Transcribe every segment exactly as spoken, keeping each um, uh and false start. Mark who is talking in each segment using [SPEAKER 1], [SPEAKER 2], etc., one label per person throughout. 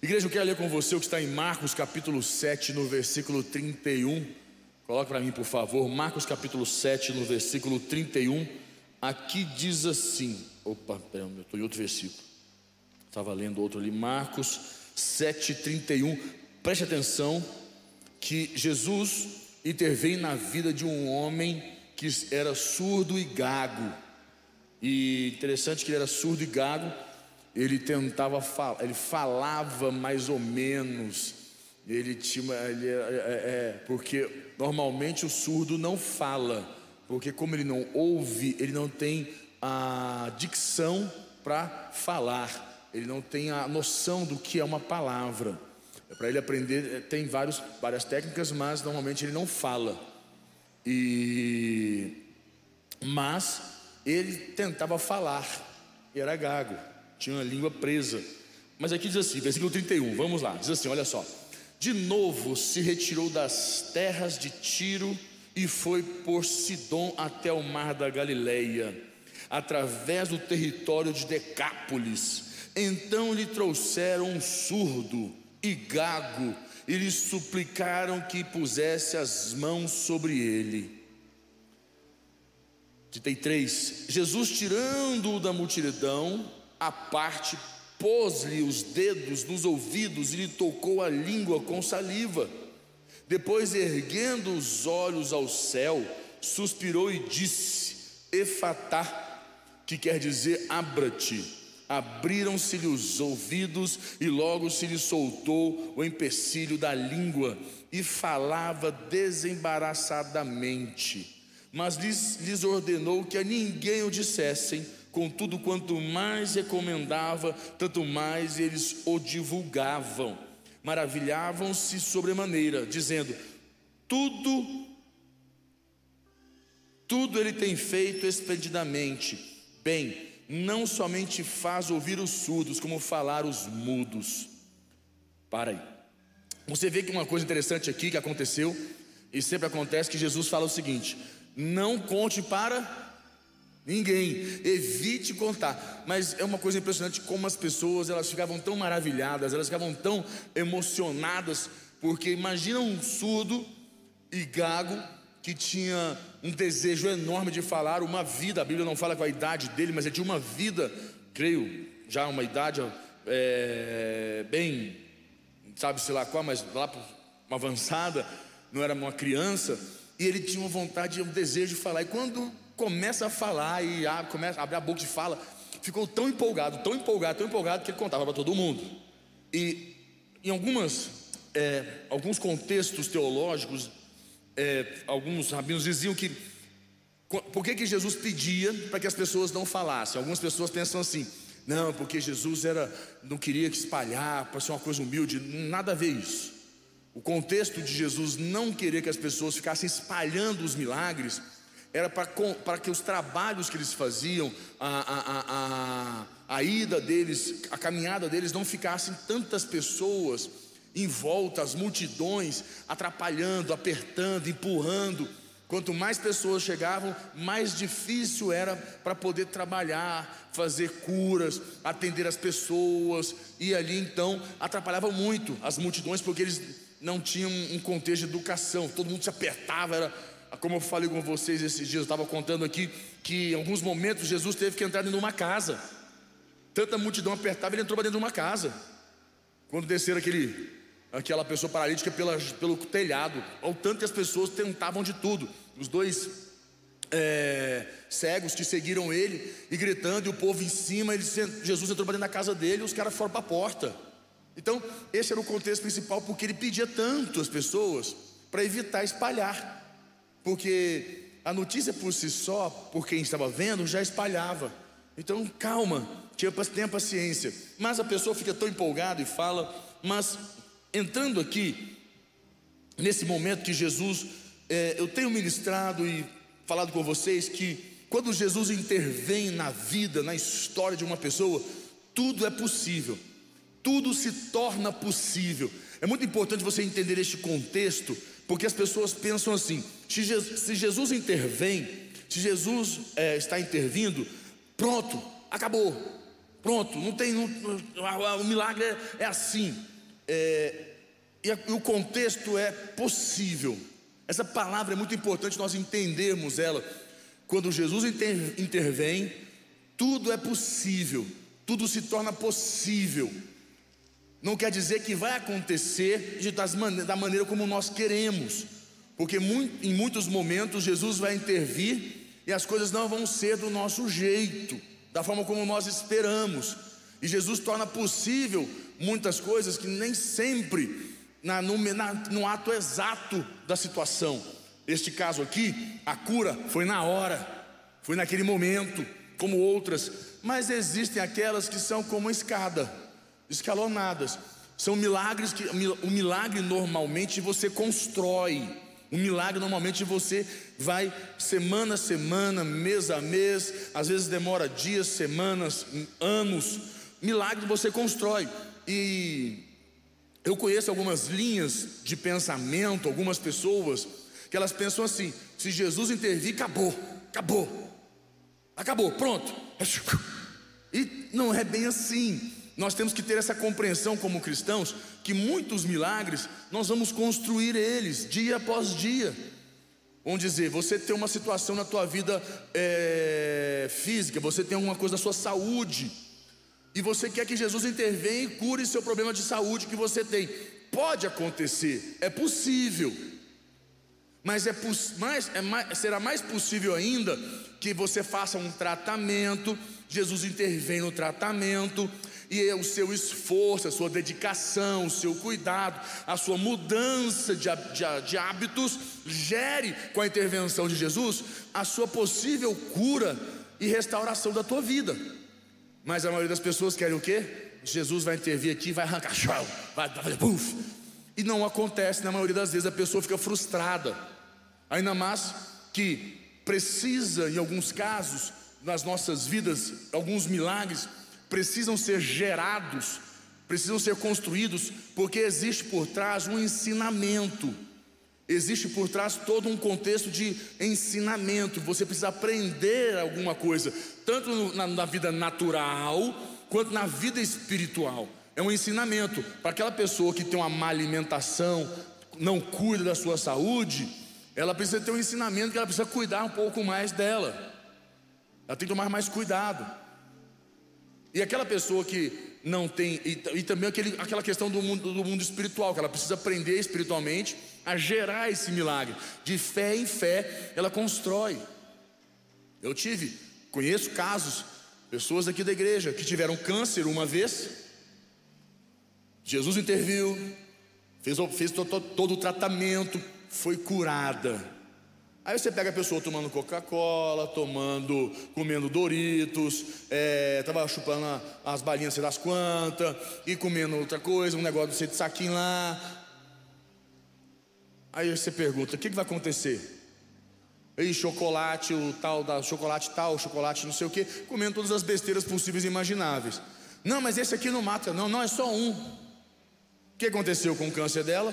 [SPEAKER 1] Igreja, eu quero ler com você o que está em Marcos capítulo sete, no versículo trinta e um. Coloque para mim, por favor, Marcos capítulo sete, no versículo trinta e um. Aqui diz assim, opa, peraí, eu estou em outro versículo, estava lendo outro ali. Marcos sete, trinta e um. Preste atenção que Jesus intervém na vida de um homem que era surdo e gago. E interessante que ele era surdo e gago. Ele tentava falar, ele falava mais ou menos. Ele tinha, ele, é, é, porque normalmente o surdo não fala, porque como ele não ouve, ele não tem a dicção para falar, ele não tem a noção do que é uma palavra. Para ele aprender, tem vários, várias técnicas, mas normalmente ele não fala. E mas ele tentava falar, era gago, tinha uma língua presa. Mas aqui diz assim, versículo trinta e um, vamos lá, diz assim, olha só. De novo se retirou das terras de Tiro e foi por Sidom até o mar da Galileia, através do território de Decápolis. Então lhe trouxeram um surdo e gago e lhe suplicaram que pusesse as mãos sobre ele. trinta e três. Jesus, tirando-o da multidão à parte, pôs-lhe os dedos nos ouvidos e lhe tocou a língua com saliva. Depois, erguendo os olhos ao céu, suspirou e disse: Efatá, que quer dizer abra-te. Abriram-se-lhe os ouvidos e logo se lhe soltou o empecilho da língua e falava desembaraçadamente. Mas lhes, lhes ordenou que a ninguém o dissessem. Contudo, quanto mais recomendava, tanto mais eles o divulgavam. Maravilhavam-se sobremaneira, dizendo: Tudo, tudo ele tem feito esplendidamente. Bem, não somente faz ouvir os surdos, como falar os mudos. Para aí. Você vê que uma coisa interessante aqui que aconteceu, e sempre acontece, que Jesus fala o seguinte: não conte para ninguém, evite contar. Mas é uma coisa impressionante como as pessoas, elas ficavam tão maravilhadas, elas ficavam tão emocionadas, porque imagina um surdo e gago que tinha um desejo enorme de falar, uma vida. A Bíblia não fala com a idade dele, mas ele tinha uma vida, creio, já uma idade é, bem, sabe-se lá qual, mas lá uma avançada, não era uma criança. E ele tinha uma vontade, um desejo de falar. E quando começa a falar e abre, começa a abrir a boca e fala, ficou tão empolgado, tão empolgado, tão empolgado que ele contava para todo mundo. E em algumas, é, alguns contextos teológicos, é, alguns rabinos diziam que por que que Jesus pedia para que as pessoas não falassem? Algumas pessoas pensam assim: não, porque Jesus era, não queria que espalhar, para ser uma coisa humilde. Nada a ver isso. O contexto de Jesus não querer que as pessoas ficassem espalhando os milagres era para, para que os trabalhos que eles faziam, a, a, a, a, a ida deles, a caminhada deles, não ficassem tantas pessoas em volta, as multidões atrapalhando, apertando, empurrando. Quanto mais pessoas chegavam, mais difícil era para poder trabalhar, fazer curas, atender as pessoas. E ali então atrapalhava muito as multidões, porque eles não tinham um contexto de educação. Todo mundo se apertava. Era, como eu falei com vocês esses dias, eu estava contando aqui que em alguns momentos Jesus teve que entrar dentro de uma casa. Tanta multidão apertava, ele entrou para dentro de uma casa. Quando desceram aquele, aquela pessoa paralítica pela, pelo telhado, ao tanto que as pessoas tentavam de tudo. Os dois é, cegos que seguiram ele e gritando, e o povo em cima. Ele, Jesus entrou para dentro da casa dele e os caras foram para a porta. Então esse era o contexto principal, porque ele pedia tanto às pessoas para evitar espalhar, porque a notícia por si só, por quem estava vendo, já espalhava. Então calma, tenha paciência. Mas a pessoa fica tão empolgada e fala. Mas entrando aqui nesse momento que Jesus, é, eu tenho ministrado e falado com vocês que quando Jesus intervém na vida, na história de uma pessoa, tudo é possível, tudo se torna possível. É muito importante você entender este contexto, porque as pessoas pensam assim: se Jesus, se Jesus intervém, se Jesus é, está intervindo, pronto, acabou, pronto, não tem, não, o milagre é, é assim. é, e, a, e o contexto é possível. Essa palavra é muito importante nós entendermos ela. Quando Jesus inter, intervém, tudo é possível, tudo se torna possível. Não quer dizer que vai acontecer de, das man, da maneira como nós queremos, porque muito, em muitos momentos Jesus vai intervir e as coisas não vão ser do nosso jeito, da forma como nós esperamos. E Jesus torna possível muitas coisas que nem sempre na, no, na, no ato exato da situação. Este caso aqui, a cura foi na hora, foi naquele momento, como outras. Mas existem aquelas que são como escada, escalonadas. São milagres que o milagre normalmente você constrói. O milagre normalmente você vai semana a semana, mês a mês, às vezes demora dias, semanas, anos. Milagre você constrói. E eu conheço algumas linhas de pensamento, algumas pessoas que elas pensam assim: se Jesus intervir, acabou, acabou, acabou, pronto. E não é bem assim. Nós temos que ter essa compreensão como cristãos, que muitos milagres nós vamos construir eles dia após dia. Vamos dizer, você tem uma situação na tua vida é, física, você tem alguma coisa da sua saúde, e você quer que Jesus intervenha e cure seu problema de saúde que você tem. Pode acontecer, é possível, mas, é, mais, é mais, será mais possível ainda que você faça um tratamento, Jesus intervém no tratamento, e o seu esforço, a sua dedicação, o seu cuidado, a sua mudança de, de, de hábitos gere, com a intervenção de Jesus, a sua possível cura e restauração da tua vida. Mas a maioria das pessoas querem o quê? Jesus vai intervir aqui, vai arrancar, vai fazer puf. E não acontece. Na maioria das vezes a pessoa fica frustrada, ainda mais que precisa, em alguns casos, nas nossas vidas, alguns milagres precisam ser gerados, precisam ser construídos, porque existe por trás um ensinamento, existe por trás todo um contexto de ensinamento. Você precisa aprender alguma coisa, tanto na, na vida natural, quanto na vida espiritual. É um ensinamento para aquela pessoa que tem uma má alimentação, não cuida da sua saúde. Ela precisa ter um ensinamento que ela precisa cuidar um pouco mais dela, ela tem que tomar mais cuidado. E aquela pessoa que não tem, e, e também aquele, aquela questão do mundo, do mundo espiritual, que ela precisa aprender espiritualmente a gerar esse milagre. De fé em fé, ela constrói. Eu tive, conheço casos, pessoas aqui da igreja que tiveram câncer uma vez, Jesus interviu, fez, fez todo, todo o tratamento, foi curada. Aí você pega a pessoa tomando Coca-Cola, tomando, comendo Doritos, é, tava chupando as balinhas sei das quantas, e comendo outra coisa, um negócio de saquinho lá. Aí você pergunta: o que, que vai acontecer? E chocolate, o tal da chocolate tal, chocolate não sei o que, comendo todas as besteiras possíveis e imagináveis. Não, mas esse aqui não mata, não, não, é só um. O que aconteceu com o câncer dela?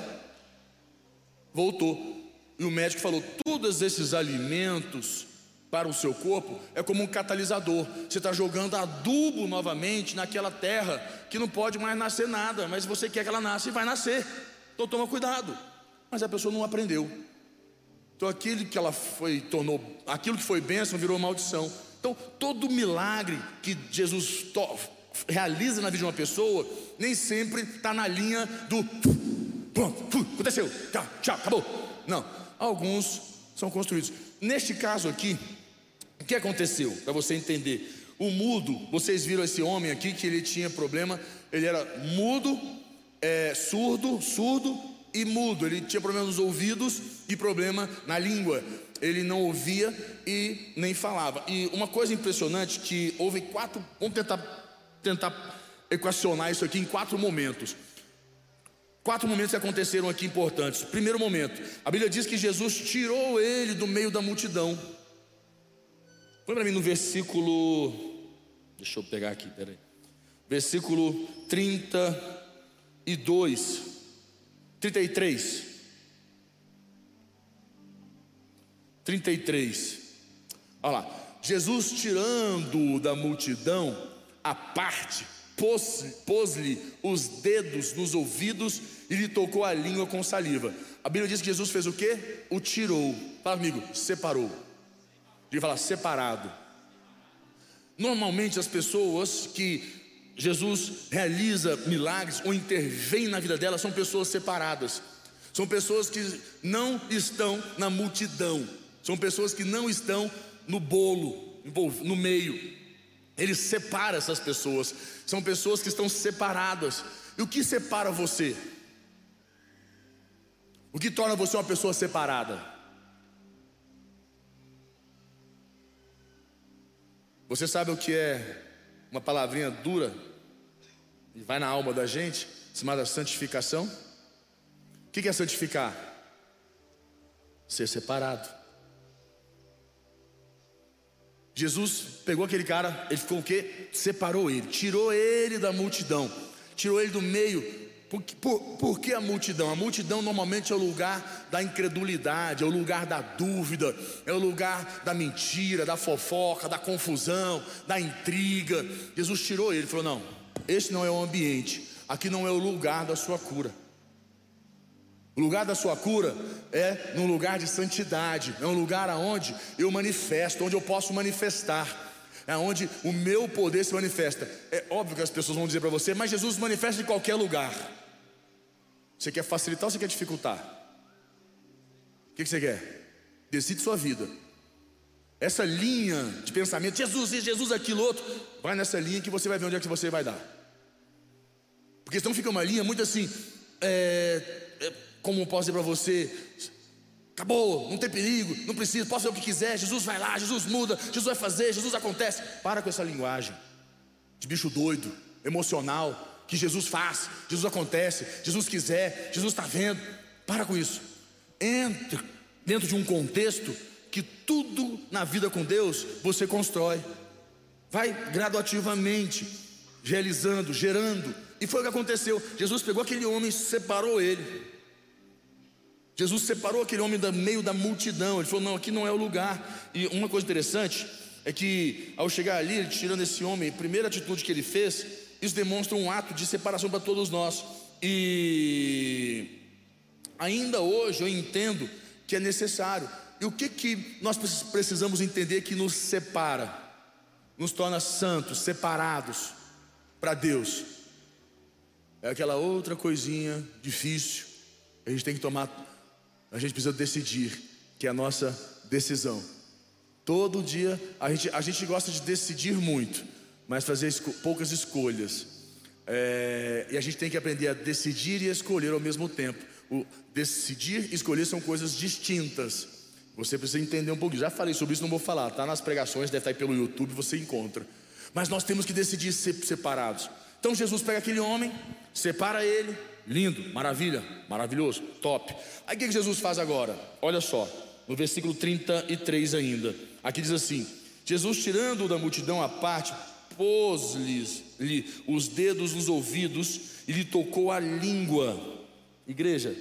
[SPEAKER 1] Voltou. E o médico falou: todos esses alimentos para o seu corpo é como um catalisador. Você está jogando adubo novamente naquela terra que não pode mais nascer nada, mas você quer que ela nasça e vai nascer. Então toma cuidado. Mas a pessoa não aprendeu. Então aquilo que ela foi, tornou, aquilo que foi bênção virou maldição. Então todo milagre que Jesus to, realiza na vida de uma pessoa nem sempre está na linha do pronto, aconteceu, tchau, tchau, acabou. Não. Alguns são construídos. Neste caso aqui, o que aconteceu? Para você entender, o mudo, vocês viram esse homem aqui que ele tinha problema, ele era mudo, é, surdo, surdo e mudo. Ele tinha problema nos ouvidos e problema na língua. Ele não ouvia e nem falava. E uma coisa impressionante que houve quatro, vamos tentar, tentar equacionar isso aqui em quatro momentos. Quatro momentos que aconteceram aqui importantes. Primeiro momento, a Bíblia diz que Jesus tirou ele do meio da multidão. Põe para mim no versículo, deixa eu pegar aqui, peraí. Versículo trinta e dois, trinta e três. trinta e três. Olha lá, Jesus tirando da multidão a parte, pôs-lhe pôs os dedos nos ouvidos e lhe tocou a língua com saliva. A Bíblia diz que Jesus fez o quê? O tirou. Fala comigo, separou. Diga, falar separado. Normalmente as pessoas que Jesus realiza milagres ou intervém na vida delas são pessoas separadas. São pessoas que não estão na multidão. São pessoas que não estão no bolo, no meio. Ele separa essas pessoas. São pessoas que estão separadas. E o que separa você? O que torna você uma pessoa separada? Você sabe o que é uma palavrinha dura e vai na alma da gente, chamada santificação? O que é santificar? Ser separado. Jesus pegou aquele cara, ele ficou o quê? Separou ele, tirou ele da multidão, tirou ele do meio. Por, por, por que a multidão? A multidão normalmente é o lugar da incredulidade, é o lugar da dúvida, é o lugar da mentira, da fofoca, da confusão, da intriga. Jesus tirou ele, falou: não, esse não é o ambiente, aqui não é o lugar da sua cura. O lugar da sua cura é num lugar de santidade, é um lugar onde eu manifesto, onde eu posso manifestar, é onde o meu poder se manifesta. É óbvio que as pessoas vão dizer para você: mas Jesus manifesta em qualquer lugar. Você quer facilitar ou você quer dificultar? O que você quer? Decide sua vida. Essa linha de pensamento, Jesus isso, Jesus aquilo, outro, vai nessa linha que você vai ver onde é que você vai dar. Porque senão fica uma linha muito assim, é, é, como eu posso dizer para você, acabou, não tem perigo, não precisa, posso fazer o que quiser, Jesus vai lá, Jesus muda, Jesus vai fazer, Jesus acontece. Para com essa linguagem de bicho doido, emocional, que Jesus faz, Jesus acontece, Jesus quiser, Jesus está vendo. Para com isso. Entre dentro de um contexto que tudo na vida com Deus você constrói. Vai gradativamente realizando, gerando. E foi o que aconteceu. Jesus pegou aquele homem e separou ele. Jesus separou aquele homem do meio da multidão. Ele falou: não, aqui não é o lugar. E uma coisa interessante é que ao chegar ali, ele tirando esse homem, a primeira atitude que ele fez, isso demonstra um ato de separação para todos nós. E ainda hoje eu entendo que é necessário. E o que, que nós precisamos entender que nos separa, nos torna santos, separados para Deus? É aquela outra coisinha difícil. A gente tem que tomar, a gente precisa decidir, que é a nossa decisão. Todo dia a gente, a gente gosta de decidir muito, mas fazer esco, poucas escolhas. É, e a gente tem que aprender a decidir e escolher ao mesmo tempo. O decidir e escolher são coisas distintas. Você precisa entender um pouquinho. Já falei sobre isso, não vou falar. Está nas pregações, deve estar aí pelo YouTube, você encontra. Mas nós temos que decidir ser separados. Então Jesus pega aquele homem, separa ele. Lindo, maravilha, maravilhoso, top. Aí o que Jesus faz agora? Olha só, no versículo trinta e três ainda. Aqui diz assim: Jesus, tirando-o da multidão à parte, pôs-lhe os dedos nos ouvidos e lhe tocou a língua. Igreja,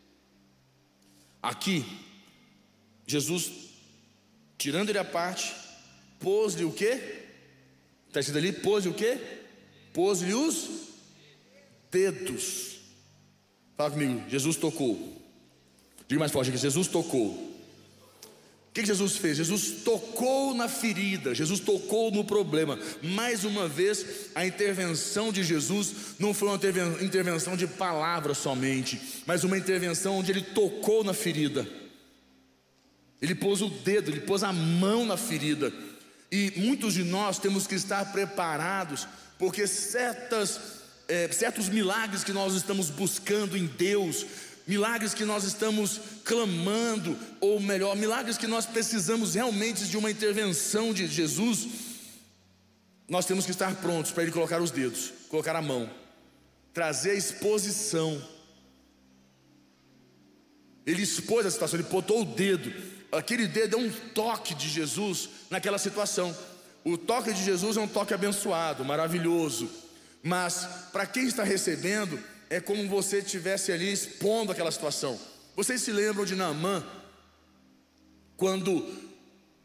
[SPEAKER 1] aqui Jesus, tirando ele à parte, pôs-lhe o quê? Está escrito ali, pôs-lhe o quê? Pôs-lhe os dedos. Fala comigo, Jesus tocou. Diga mais forte aqui, Jesus tocou. O que Jesus fez? Jesus tocou na ferida, Jesus tocou no problema. Mais uma vez, a intervenção de Jesus não foi uma intervenção de palavras somente, mas uma intervenção onde ele tocou na ferida. Ele pôs o dedo, ele pôs a mão na ferida. E muitos de nós temos que estar preparados, porque certas, é, certos milagres que nós estamos buscando em Deus, milagres que nós estamos clamando, ou melhor, milagres que nós precisamos realmente de uma intervenção de Jesus, nós temos que estar prontos para ele colocar os dedos, colocar a mão, trazer a exposição. Ele expôs a situação, ele botou o dedo. Aquele dedo é um toque de Jesus naquela situação. O toque de Jesus é um toque abençoado, maravilhoso. Mas para quem está recebendo, é como você estivesse ali expondo aquela situação. Vocês se lembram de Naamã? Quando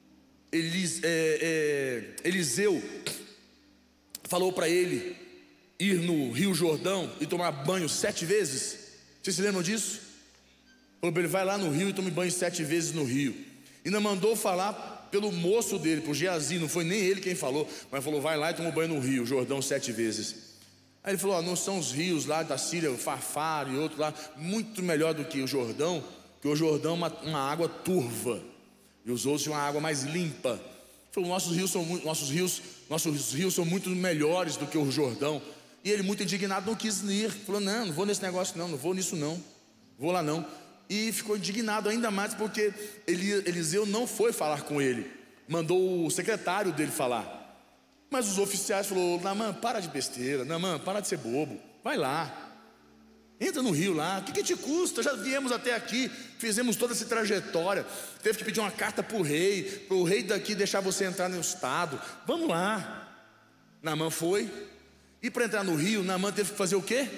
[SPEAKER 1] Elis, é, é, Eliseu falou para ele ir no Rio Jordão e tomar banho sete vezes? Vocês se lembram disso? Falou para ele: vai lá no rio e tome banho sete vezes no rio. Ainda mandou falar pelo moço dele, por Geazi, não foi nem ele quem falou, mas falou: vai lá e toma banho no Rio Jordão sete vezes. Aí ele falou: ó, não são os rios lá da Síria, o Farfar e outro lá, muito melhor do que o Jordão, porque o Jordão é uma, uma água turva, e os outros são uma água mais limpa. Ele falou: nossos rios são, nossos rios, nossos rios são muito melhores do que o Jordão. E ele, muito indignado, não quis ir. Falou: não, não vou nesse negócio não, não vou nisso não, vou lá não. E ficou indignado ainda mais porque Eliseu não foi falar com ele, mandou o secretário dele falar. Mas os oficiais falaram: Naamã, para de besteira, Naamã, para de ser bobo, vai lá, entra no rio lá, o que, que te custa? Já viemos até aqui, fizemos toda essa trajetória, teve que pedir uma carta para o rei, para o rei daqui deixar você entrar no estado, vamos lá. Naamã foi, e para entrar no rio, Naamã teve que fazer o quê?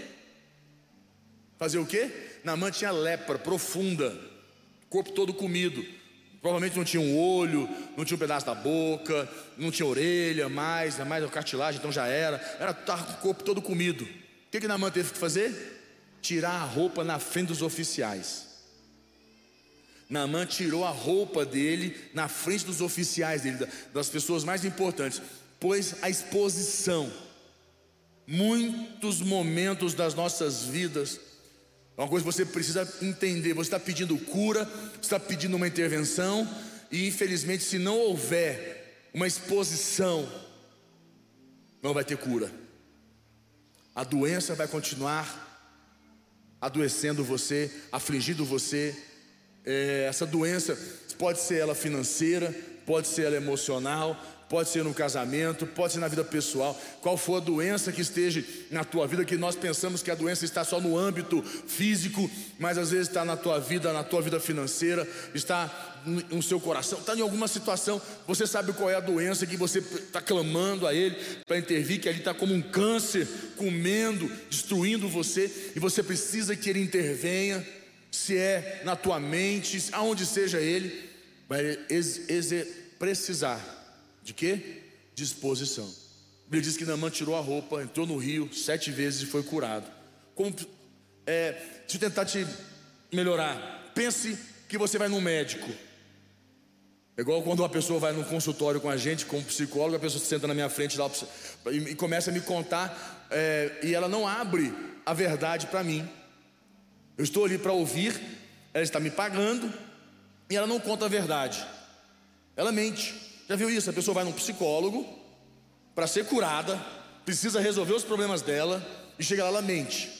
[SPEAKER 1] Fazer o quê? Naamã tinha lepra profunda, corpo todo comido. Provavelmente não tinha um olho, não tinha um pedaço da boca, não tinha orelha mais, mais a cartilagem, então já era. Era tava com o corpo todo comido. O que que Naamã teve que fazer? Tirar a roupa na frente dos oficiais. Naamã tirou a roupa dele na frente dos oficiais dele, das pessoas mais importantes, pois a exposição, muitos momentos das nossas vidas, uma coisa que você precisa entender: você está pedindo cura, você está pedindo uma intervenção, e infelizmente, se não houver uma exposição, não vai ter cura. A doença vai continuar adoecendo você, afligindo você. É, essa doença pode ser ela financeira, pode ser ela emocional, pode ser no casamento, pode ser na vida pessoal. Qual for a doença que esteja na tua vida, que nós pensamos que a doença está só no âmbito físico, mas às vezes está na tua vida, na tua vida financeira, está no seu coração, está em alguma situação. Você sabe qual é a doença que você está clamando a Ele para intervir, que ali está como um câncer, comendo, destruindo você, e você precisa que Ele intervenha. Se é na tua mente, aonde seja Ele, vai ex- ex- precisar de quê? Disposição. A Bíblia diz que Naamã tirou a roupa, entrou no rio sete vezes e foi curado. Como, é, deixa eu tentar te melhorar. Pense que você vai num médico. É igual quando uma pessoa vai num consultório com a gente, com um psicólogo, a pessoa senta na minha frente lá e começa a me contar, é, e ela não abre a verdade para mim. Eu estou ali para ouvir, ela está me pagando, e ela não conta a verdade, ela mente. Já viu isso? A pessoa vai num psicólogo para ser curada, precisa resolver os problemas dela, e chega lá, ela mente.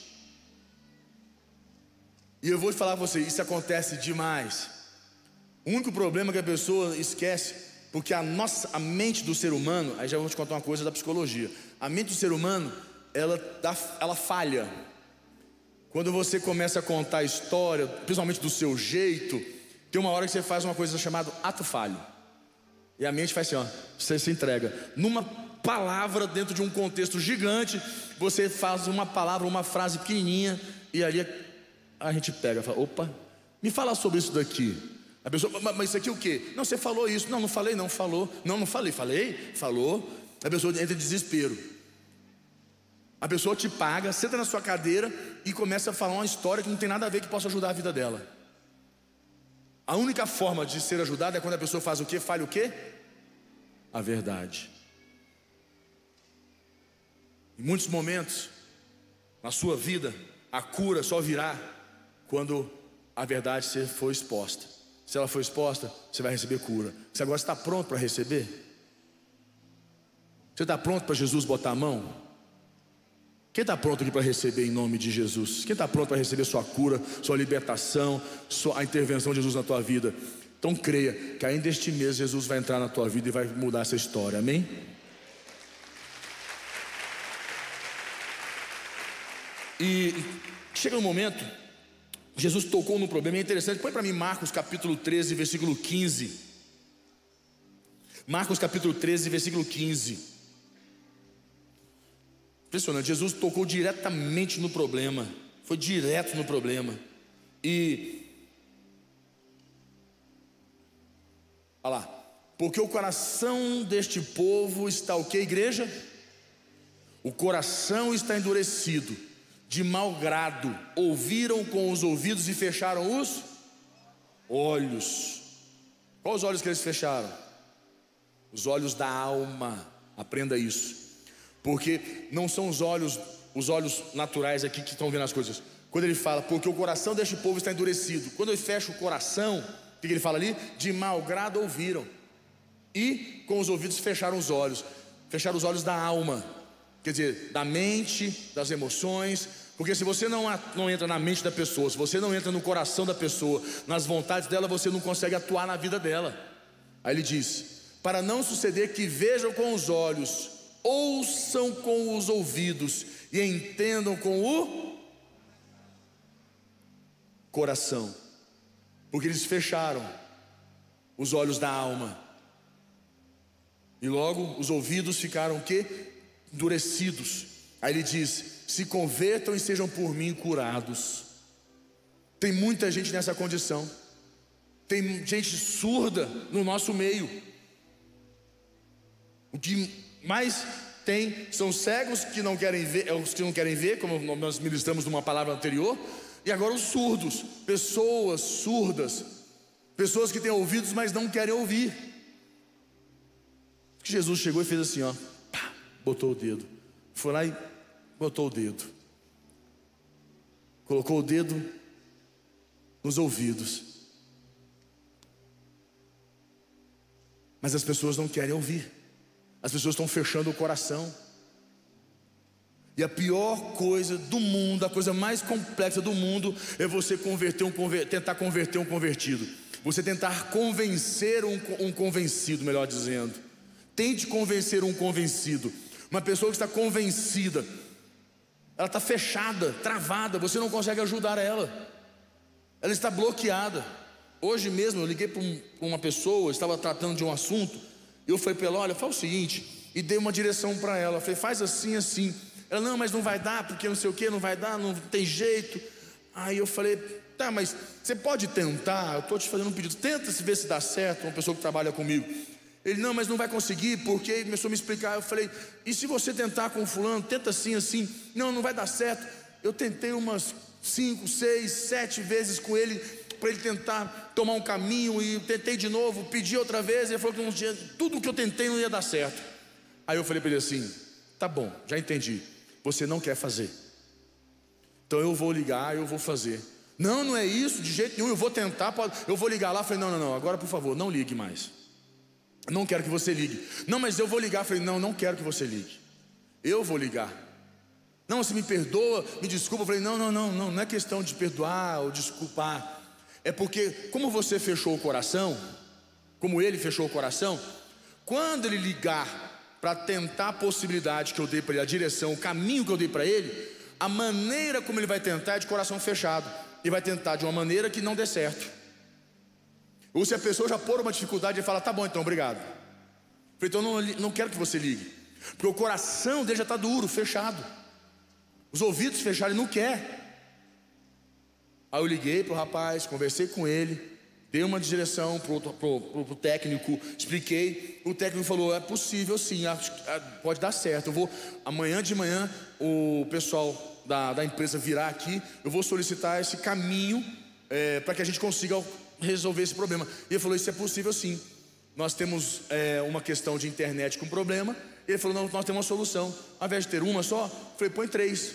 [SPEAKER 1] E eu vou te falar para você, isso acontece demais. O único problema é que a pessoa esquece, porque a nossa, a mente do ser humano, aí já vou te contar uma coisa da psicologia. A mente do ser humano, ela, dá, ela falha. Quando você começa a contar a história, principalmente do seu jeito, tem uma hora que você faz uma coisa chamada ato falho. E a mente faz assim, ó, você se entrega. Numa palavra, dentro de um contexto gigante, você faz uma palavra, uma frase pequenininha, e ali a gente pega, fala: opa, me fala sobre isso daqui. A pessoa: mas isso aqui o quê? Não, você falou isso. Não, não falei, não, falou. Não, não falei, falei, falou. A pessoa entra em desespero. A pessoa te paga, senta na sua cadeira e começa a falar uma história que não tem nada a ver, que possa ajudar a vida dela. A única forma de ser ajudada é quando a pessoa faz o quê? Fale o quê? A verdade. Em muitos momentos na sua vida, a cura só virá quando a verdade for exposta. Se ela for exposta, você vai receber cura. Você agora está pronto para receber? Você está pronto para Jesus botar a mão? Quem está pronto aqui para receber em nome de Jesus? Quem está pronto para receber sua cura, sua libertação, sua, a intervenção de Jesus na tua vida? Então creia que ainda este mês Jesus vai entrar na tua vida e vai mudar essa história, amém? E chega um momento, Jesus tocou no problema, é interessante. Põe para mim Marcos capítulo treze, versículo quinze. Marcos capítulo treze, versículo quinze. Impressionante, Jesus tocou diretamente no problema. Foi direto no problema. E olha lá, porque o coração deste povo está o que, igreja? o coração está endurecido, de mau grado, ouviram com os ouvidos e fecharam os olhos. Quais os olhos que eles fecharam? Os olhos da alma. Aprenda isso, porque não são os olhos, os olhos naturais aqui que estão vendo as coisas. Quando ele fala, porque o coração deste povo está endurecido, quando ele fecha o coração, o que ele fala ali? De mau grado ouviram, e com os ouvidos fecharam os olhos. Fecharam os olhos da alma, quer dizer, da mente, das emoções. Porque se você não, não entra na mente da pessoa, se você não entra no coração da pessoa, nas vontades dela, você não consegue atuar na vida dela. Aí ele diz, para não suceder que vejam com os olhos, ouçam com os ouvidos e entendam com o coração. Porque eles fecharam os olhos da alma. E logo os ouvidos ficaram o quê? Endurecidos. Aí ele diz, se convertam e sejam por mim curados. Tem muita gente nessa condição. Tem gente surda no nosso meio. O que mais tem são cegos que não querem ver, os que não querem ver, como nós ministramos numa palavra anterior. E agora os surdos, pessoas surdas, pessoas que têm ouvidos, mas não querem ouvir. Jesus chegou e fez assim, ó, pá, botou o dedo, foi lá e botou o dedo, colocou o dedo nos ouvidos. Mas as pessoas não querem ouvir, as pessoas estão fechando o coração. E a pior coisa do mundo, a coisa mais complexa do mundo, é você converter um, tentar converter um convertido, você tentar convencer um, um convencido, melhor dizendo. Tente convencer um convencido. Uma pessoa que está convencida, ela está fechada, travada, você não consegue ajudar ela, ela está bloqueada. Hoje mesmo eu liguei para um, uma pessoa, estava tratando de um assunto, eu falei para ela, olha, faz o seguinte, e dei uma direção para ela, eu falei, faz assim, assim. Ela, não, mas não vai dar, porque não sei o que, não vai dar, não tem jeito. Aí eu falei, tá, mas você pode tentar, eu estou te fazendo um pedido, tenta se ver se dá certo, uma pessoa que trabalha comigo. Ele, não, mas não vai conseguir, porque ele começou a me explicar. Eu falei, e se você tentar com o fulano, tenta assim, assim. Não, não vai dar certo. Eu tentei umas cinco, seis, sete vezes com ele, para ele tentar tomar um caminho, e tentei de novo, pedi outra vez, e ele falou que não tinha, tudo que eu tentei não ia dar certo. Aí eu falei para ele assim, tá bom, já entendi, você não quer fazer, então eu vou ligar, eu vou fazer. Não, não é isso, de jeito nenhum, eu vou tentar, pode, eu vou ligar lá. Eu falei, não, não, não, agora por favor, não ligue mais. Não quero que você ligue. Não, mas eu vou ligar. Eu falei, não, não quero que você ligue. Eu vou ligar. Não, você me perdoa, me desculpa. Eu falei, não, não, não, não, não é questão de perdoar ou desculpar. É porque como você fechou o coração, como ele fechou o coração, quando ele ligar para tentar a possibilidade que eu dei para ele, a direção, o caminho que eu dei para ele, a maneira como ele vai tentar é de coração fechado. Ele vai tentar de uma maneira que não dê certo. Ou se a pessoa já pôr uma dificuldade e fala, tá bom então, obrigado. Eu falei, então não, não quero que você ligue, porque o coração dele já está duro, fechado, os ouvidos fecharam, ele não quer. Aí eu liguei para o rapaz, conversei com ele, dei uma direção para o técnico, expliquei. O técnico falou, é possível sim, acho, pode dar certo. Eu vou, amanhã de manhã, o pessoal da, da empresa virá aqui, eu vou solicitar esse caminho é, para que a gente consiga resolver esse problema. E ele falou, isso é possível sim. Nós temos é, uma questão de internet com problema. Ele falou, não, nós temos uma solução. Ao invés de ter uma só, eu falei, põe três.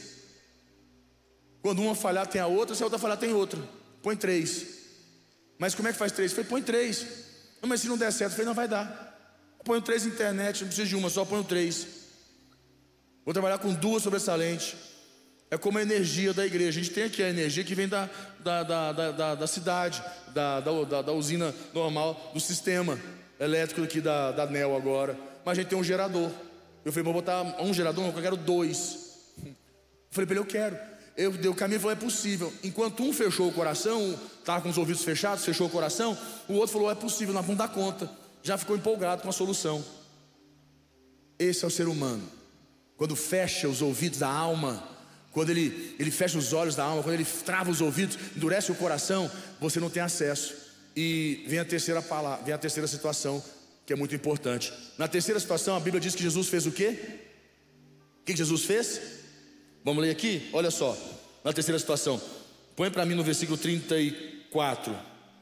[SPEAKER 1] Quando uma falhar tem a outra, se a outra falhar tem outra. Põe três. Mas como é que faz três? Eu falei, põe três. Não, mas se não der certo, eu falei, não vai dar. Põe três internet, não precisa de uma, só põe três. Vou trabalhar com duas sobressalentes. É como a energia da igreja. A gente tem aqui a energia que vem da, da, da, da, da, da cidade, da, da, da usina normal, do sistema elétrico aqui da, da N E L agora. Mas a gente tem um gerador. Eu falei, vou botar um gerador, não, eu quero dois. Eu falei para ele, eu quero. Eu dei o caminho e falou, é possível. Enquanto um fechou o coração, estava com os ouvidos fechados, fechou o coração, o outro falou, é possível, nós vamos dar conta. Já ficou empolgado com a solução. Esse é o ser humano. Quando fecha os ouvidos da alma, quando ele, ele fecha os olhos da alma, quando ele trava os ouvidos, endurece o coração, você não tem acesso. E vem a terceira palavra, vem a terceira situação, que é muito importante. Na terceira situação, a Bíblia diz que Jesus fez o quê? O que Jesus fez? Vamos ler aqui? Olha só, na terceira situação. Põe para mim no versículo trinta e quatro.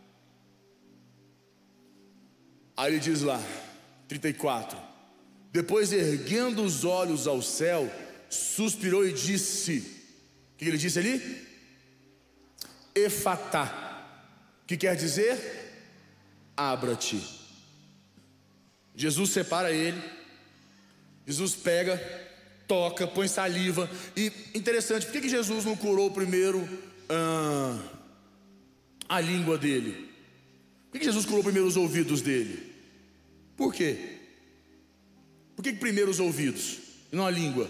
[SPEAKER 1] Aí ele diz lá, trinta e quatro: depois, erguendo os olhos ao céu, suspirou e disse. O que ele disse ali? Efatá, que quer dizer abra-te. Jesus separa ele, Jesus pega, toca, põe saliva. E interessante, por que que Jesus não curou primeiro ah, a língua dele? Por que que Jesus curou primeiro os ouvidos dele? Por quê? Por que que primeiro os ouvidos e não a língua?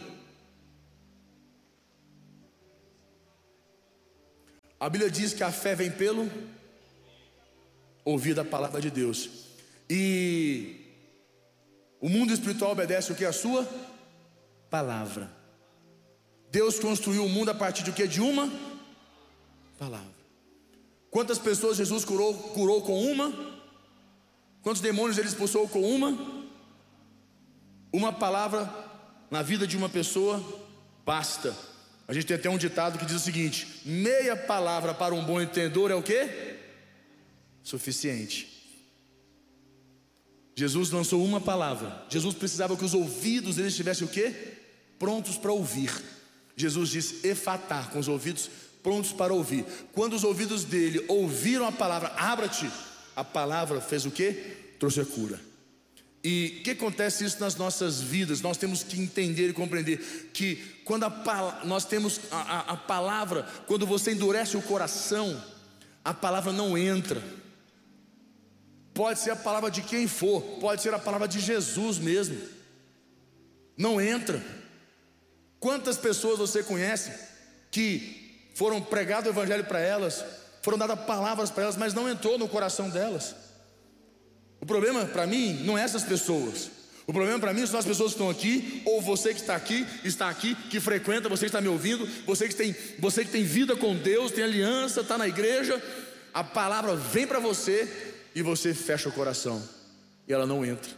[SPEAKER 1] A Bíblia diz que a fé vem pelo ouvir a palavra de Deus. E o mundo espiritual obedece o que? A sua palavra. Deus construiu o mundo a partir de o que? De uma palavra. Quantas pessoas Jesus curou, curou com uma? Quantos demônios ele expulsou com uma? Uma palavra na vida de uma pessoa basta. A gente tem até um ditado que diz o seguinte: meia palavra para um bom entendedor é o quê? Suficiente. Jesus lançou uma palavra. Jesus precisava que os ouvidos dele estivessem o quê? Prontos para ouvir. Jesus disse efatá, com os ouvidos prontos para ouvir. Quando os ouvidos dele ouviram a palavra abra-te, a palavra fez o quê? Trouxe a cura. E o que acontece isso nas nossas vidas? Nós temos que entender e compreender que quando a, nós temos a, a, a palavra, quando você endurece o coração, a palavra não entra. Pode ser a palavra de quem for, pode ser a palavra de Jesus mesmo, não entra. Quantas pessoas você conhece que foram pregado o evangelho para elas, foram dadas palavras para elas, mas não entrou no coração delas? O problema para mim não é essas pessoas. O problema para mim são as pessoas que estão aqui, ou você que está aqui, está aqui, que frequenta, você que está me ouvindo, você que tem, você que tem vida com Deus, tem aliança, está na igreja. A palavra vem para você e você fecha o coração e ela não entra.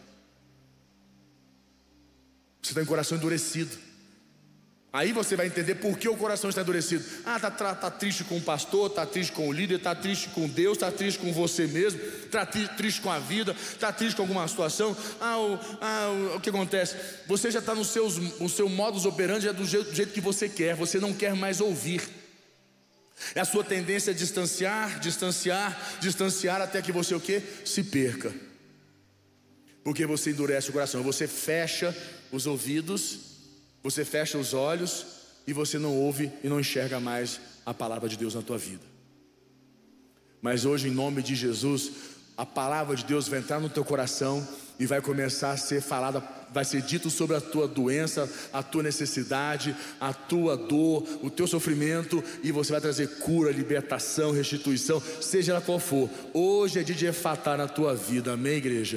[SPEAKER 1] Você está com o coração endurecido. Aí você vai entender por que o coração está endurecido. Ah, está tá, tá triste com o pastor, está triste com o líder, está triste com Deus, está triste com você mesmo, está triste com a vida, está triste com alguma situação. Ah, o, ah, o, o que acontece? Você já está no seus, o seu modus operandi é do jeito, do jeito que você quer. Você não quer mais ouvir. É a sua tendência a distanciar, distanciar, distanciar até que você o quê? Se perca. Porque você endurece o coração. Você fecha os ouvidos, você fecha os olhos e você não ouve e não enxerga mais a palavra de Deus na tua vida. Mas hoje, em nome de Jesus, a palavra de Deus vai entrar no teu coração e vai começar a ser falada, vai ser dito sobre a tua doença, a tua necessidade, a tua dor, o teu sofrimento, e você vai trazer cura, libertação, restituição, seja ela qual for. Hoje é dia de efatar na tua vida, amém, igreja?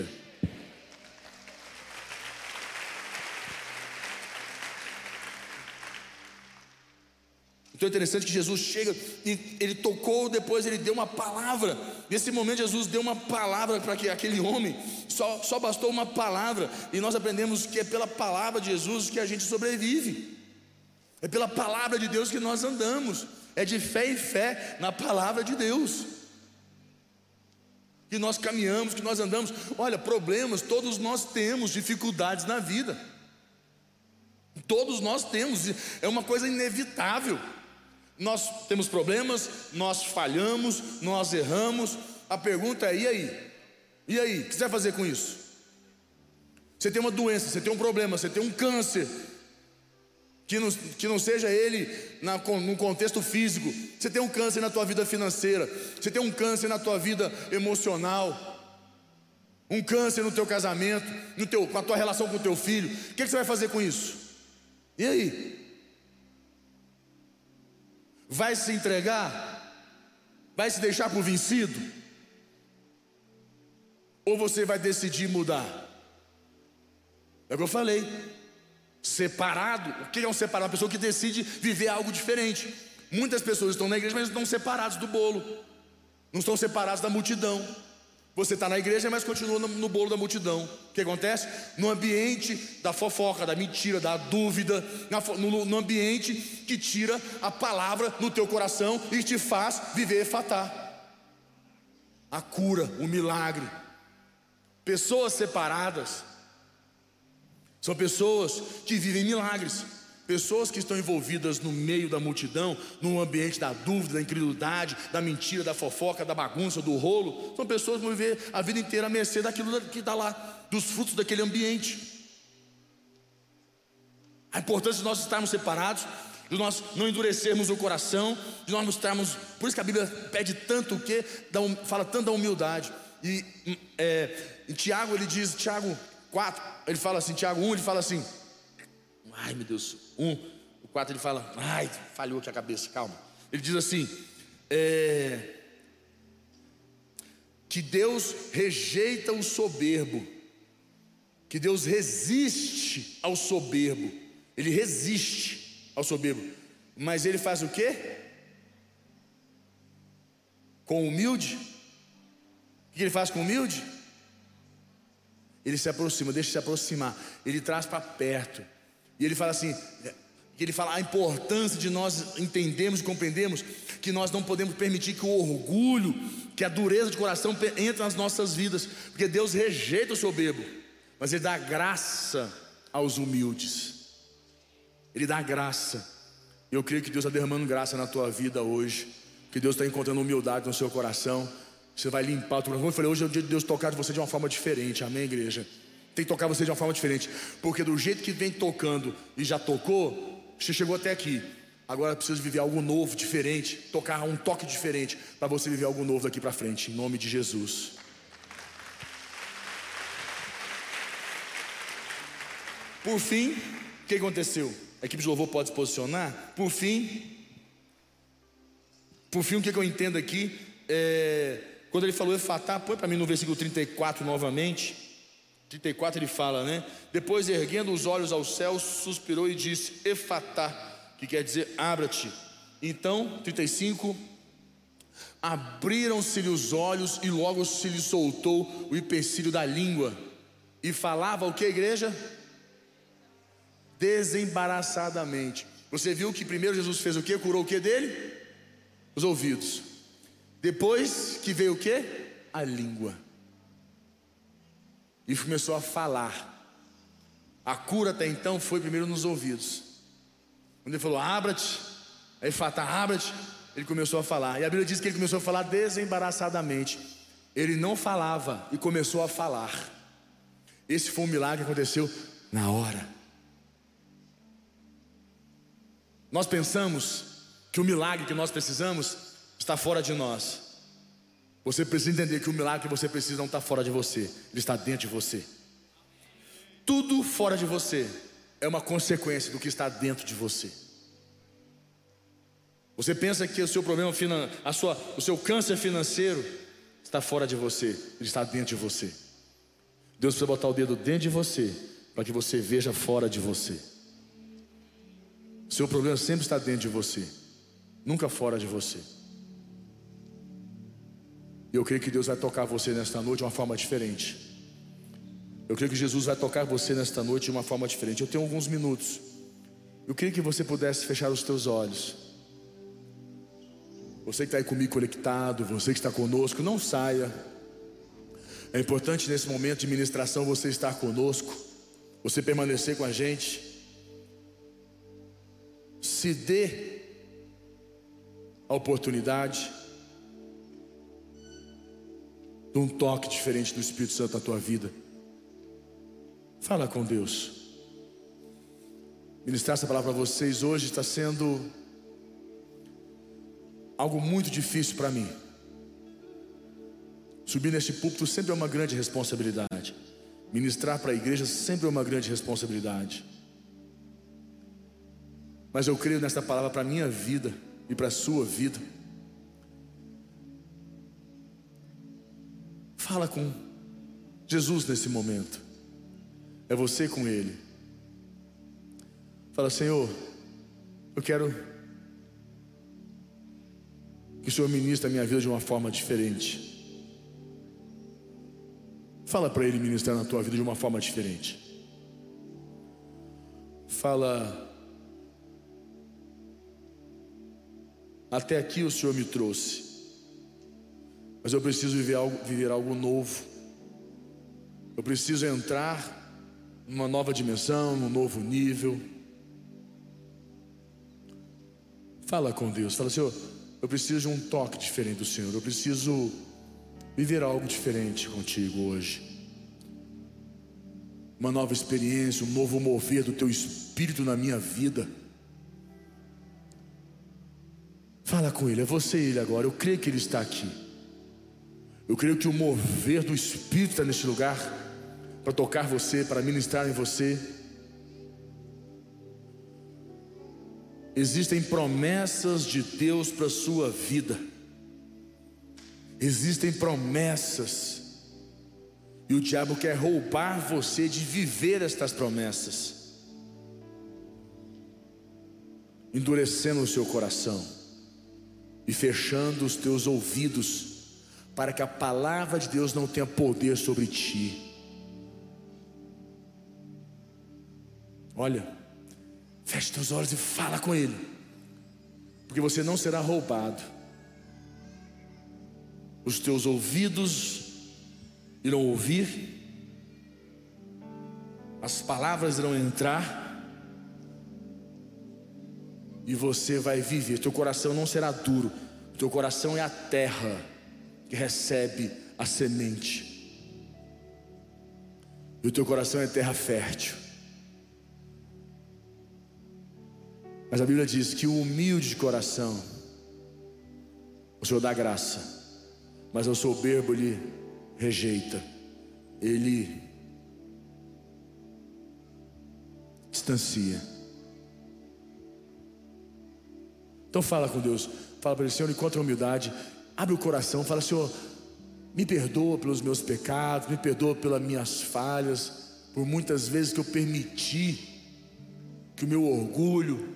[SPEAKER 1] Então é interessante que Jesus chega e ele tocou, depois ele deu uma palavra. Nesse momento Jesus deu uma palavra para aquele homem. Só, só bastou uma palavra. E nós aprendemos que é pela palavra de Jesus que a gente sobrevive. É pela palavra de Deus que nós andamos. É de fé em fé na palavra de Deus que nós caminhamos, que nós andamos. Olha, problemas todos nós temos, dificuldades na vida. Todos nós temos, é uma coisa inevitável. Nós temos problemas, nós falhamos, nós erramos. A pergunta é: e aí? E aí? O que você vai fazer com isso? Você tem uma doença, você tem um problema, você tem um câncer, que não, que não seja ele na, no contexto físico. Você tem um câncer na tua vida financeira, você tem um câncer na tua vida emocional, um câncer no teu casamento, no teu, na tua relação com o teu filho. O que você vai fazer com isso? E aí? Vai se entregar? Vai se deixar por vencido? Ou você vai decidir mudar? É o que eu falei. Separado. O que é um separado? Uma pessoa que decide viver algo diferente. Muitas pessoas estão na igreja, mas estão separados do bolo, não estão separados da multidão. Você está na igreja, mas continua no, no bolo da multidão. O que acontece? No ambiente da fofoca, da mentira, da dúvida, na, no, no ambiente que tira a palavra no teu coração e te faz viver efatá. A cura, o milagre. Pessoas separadas são pessoas que vivem milagres. Pessoas que estão envolvidas no meio da multidão, no ambiente da dúvida, da incredulidade, da mentira, da fofoca, da bagunça, do rolo, são pessoas que vão viver a vida inteira à mercê daquilo que está lá, dos frutos daquele ambiente. A importância de nós estarmos separados, de nós não endurecermos o coração, de nós estarmos. Por isso que a Bíblia pede tanto o quê? Fala tanto da humildade. E é, em Tiago ele diz, Tiago quatro, ele fala assim, Tiago um, ele fala assim. Ai meu Deus, um, o quatro ele fala, ai, falhou aqui a cabeça, calma. Ele diz assim, é, que Deus rejeita o soberbo, que Deus resiste ao soberbo, Ele resiste ao soberbo, mas Ele faz o quê? Com o humilde. O que Ele faz com o humilde? Ele se aproxima, deixa se aproximar, Ele traz para perto. E ele fala assim, ele fala a importância de nós entendermos e compreendermos que nós não podemos permitir que o orgulho, que a dureza de coração entre nas nossas vidas, porque Deus rejeita o soberbo, mas Ele dá graça aos humildes. Ele dá graça. Eu creio que Deus está derramando graça na tua vida hoje, que Deus está encontrando humildade no seu coração. Você vai limpar o teu coração. Como eu falei, hoje é o dia de Deus tocar de você de uma forma diferente, amém, igreja? Tem que tocar você de uma forma diferente, porque do jeito que vem tocando e já tocou, você chegou até aqui. Agora precisa viver algo novo, diferente, tocar um toque diferente, para você viver algo novo daqui para frente, em nome de Jesus. Por fim, o que aconteceu? A equipe de louvor pode se posicionar. Por fim, por fim, o que eu entendo aqui é, quando ele falou efatá, põe para mim no versículo trinta e quatro novamente. trinta e quatro ele fala, né? Depois, erguendo os olhos ao céu, suspirou e disse, efatá, que quer dizer abra-te. Então, trinta e cinco, abriram-se-lhe os olhos e logo se lhe soltou o empecilho da língua. E falava o que, igreja? Desembaraçadamente. Você viu que primeiro Jesus fez o que? Curou o que dele? Os ouvidos. Depois que veio o que? A língua. E começou a falar. A cura até então foi primeiro nos ouvidos. Quando ele falou, abra-te, aí fata, abra-te, ele começou a falar. E a Bíblia diz que ele começou a falar desembaraçadamente. Ele não falava e começou a falar. Esse foi um milagre que aconteceu na hora. Nós pensamos que o milagre que nós precisamos está fora de nós. Você precisa entender que o milagre que você precisa não está fora de você, ele está dentro de você. Tudo fora de você é uma consequência do que está dentro de você. Você pensa que o seu problema financeiro, a sua, o seu câncer financeiro está fora de você, ele está dentro de você. Deus precisa botar o dedo dentro de você para que você veja fora de você. O seu problema sempre está dentro de você, nunca fora de você. E eu creio que Deus vai tocar você nesta noite de uma forma diferente. Eu creio que Jesus vai tocar você nesta noite de uma forma diferente. Eu tenho alguns minutos. Eu queria que você pudesse fechar os teus olhos. Você que está aí comigo conectado, você que está conosco, não saia. É importante nesse momento de ministração você estar conosco, você permanecer com a gente. Se dê a oportunidade de um toque diferente do Espírito Santo na tua vida. Fala com Deus. Ministrar essa palavra para vocês hoje está sendo algo muito difícil para mim. Subir neste púlpito sempre é uma grande responsabilidade. Ministrar para a igreja sempre é uma grande responsabilidade. Mas eu creio nesta palavra para a minha vida e para a sua vida. Fala com Jesus nesse momento. É você com Ele. Fala, Senhor, eu quero que o Senhor ministre a minha vida de uma forma diferente. Fala para Ele ministrar na tua vida de uma forma diferente. Fala: até aqui o Senhor me trouxe, mas eu preciso viver algo, viver algo novo. Eu preciso entrar numa nova dimensão, num novo nível. Fala com Deus, fala: Senhor, eu preciso de um toque diferente do Senhor. Eu preciso viver algo diferente contigo hoje. Uma nova experiência, um novo mover do teu Espírito na minha vida. Fala com Ele, é você e Ele agora. Eu creio que Ele está aqui. Eu creio que o mover do Espírito está neste lugar, para tocar você, para ministrar em você. Existem promessas de Deus para a sua vida. Existem promessas, e o diabo quer roubar você de viver estas promessas, endurecendo o seu coração e fechando os teus ouvidos, para que a palavra de Deus não tenha poder sobre ti. Olha, feche teus olhos e fala com Ele, porque você não será roubado. Os teus ouvidos irão ouvir, as palavras irão entrar, e você vai viver. Teu coração não será duro. Teu coração é a terra que recebe a semente, e o teu coração é terra fértil. Mas a Bíblia diz que o humilde de coração o Senhor dá graça, mas ao soberbo Ele rejeita, Ele distancia. Então fala com Deus, fala para Ele: Senhor, encontra a humildade, abre o coração, fala: Senhor, me perdoa pelos meus pecados, me perdoa pelas minhas falhas, por muitas vezes que eu permiti que o meu orgulho,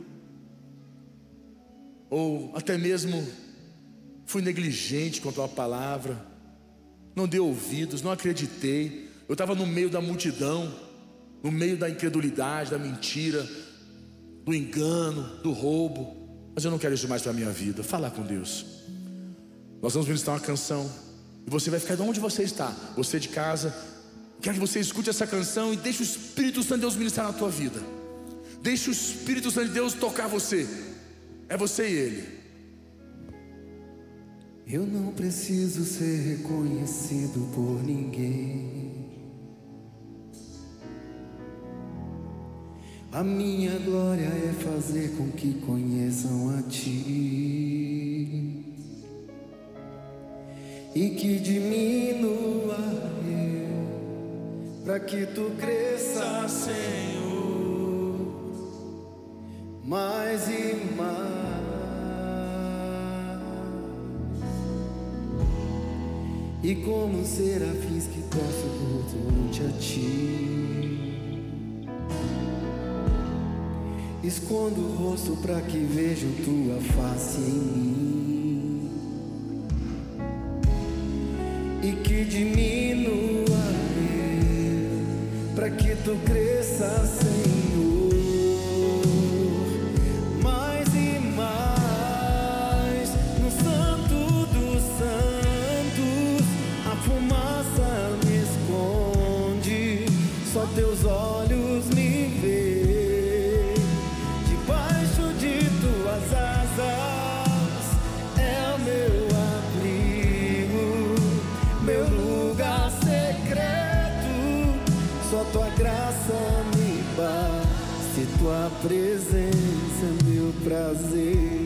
[SPEAKER 1] ou até mesmo fui negligente com a tua palavra, não dei ouvidos, não acreditei. Eu estava no meio da multidão, no meio da incredulidade, da mentira, do engano, do roubo, mas eu não quero isso mais para a minha vida. Fala com Deus. Nós vamos ministrar uma canção, e você vai ficar de onde você está, você de casa. Quero que você escute essa canção e deixe o Espírito Santo de Deus ministrar na tua vida. Deixe o Espírito Santo de Deus tocar você. É você e Ele.
[SPEAKER 2] Eu não preciso ser reconhecido por ninguém. A minha glória é fazer com que conheçam a Ti, e que diminua eu, para que Tu cresça, Senhor, mais e mais. E como serafins que posso cultuar-te a Ti, escondo o rosto para que vejam Tua face em mim, e que diminua eu, para que Tu cresça, Senhor, mais e mais. No Santo dos Santos a fumaça me esconde, só Teus olhos me veem. Debaixo de Tuas asas é o meu abrigo, meu lugar secreto. Só Tua graça me basta, Tua presença é meu prazer.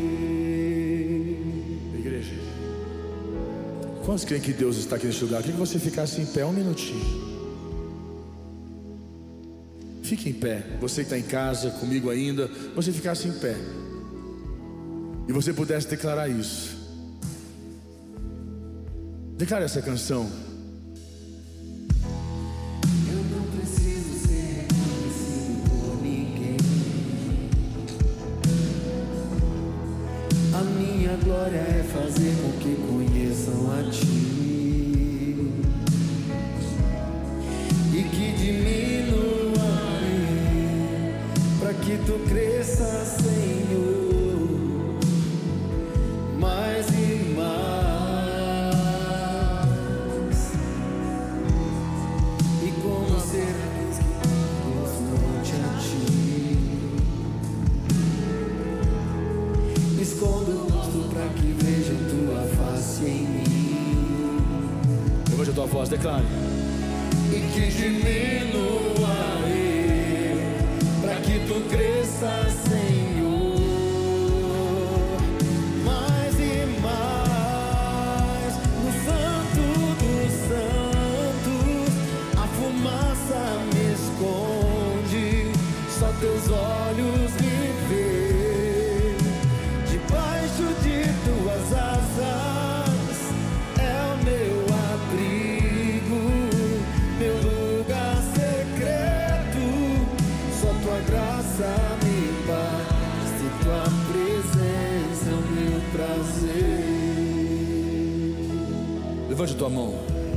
[SPEAKER 1] Quantos creem que Deus está aqui nesse lugar? Queria que você ficasse em pé um minutinho. Fique em pé. Você que está em casa comigo ainda, você ficasse em pé e você pudesse declarar isso. Declare essa canção.
[SPEAKER 2] Eu não preciso ser reconhecido por ninguém. A minha glória é fazer com que conheçam a Ti,
[SPEAKER 1] sua voz, declare.
[SPEAKER 2] E que diminua eu, para que tu cresças, Senhor, mais e mais. No Santo dos Santos a fumaça me esconde, só teus olhos me veem. Debaixo de tuas asas é o meu abrigo, meu lugar secreto. Só tua graça me basta e tua presença é o meu prazer.
[SPEAKER 1] Levante tua mão.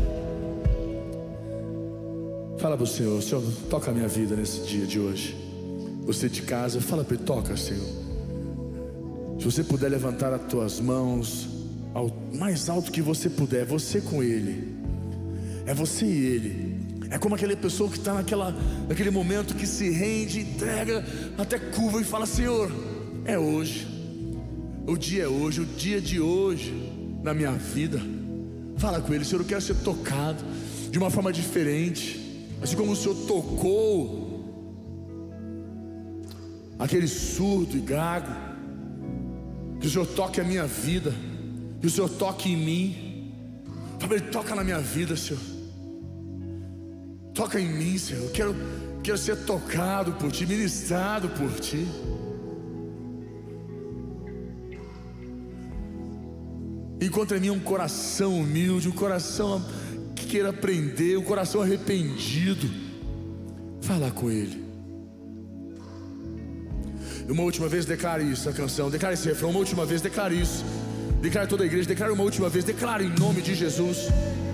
[SPEAKER 1] Fala para o Senhor: Senhor, toca a minha vida nesse dia de hoje. Você de casa, fala para ele: toca, Senhor. Se você puder levantar as tuas mãos ao mais alto que você puder, você com ele, é você e ele. É como aquela pessoa que está naquela, naquele momento que se rende, entrega até curva e fala: Senhor, é hoje, o dia é hoje, o dia de hoje na minha vida. Fala com ele: Senhor, eu quero ser tocado de uma forma diferente, assim como o Senhor tocou aquele surdo e gago. Que o Senhor toque a minha vida, que o Senhor toque em mim. Fala, ele toca na minha vida, Senhor. Toca em mim, Senhor. Eu quero, quero ser tocado por Ti, ministrado por Ti. Encontra em mim um coração humilde, um coração que queira aprender, um coração arrependido. Fala com Ele. Uma última vez declare isso, a canção. Declare esse refrão uma última vez, declare isso. Declare toda a igreja, declare uma última vez, declare em nome de Jesus.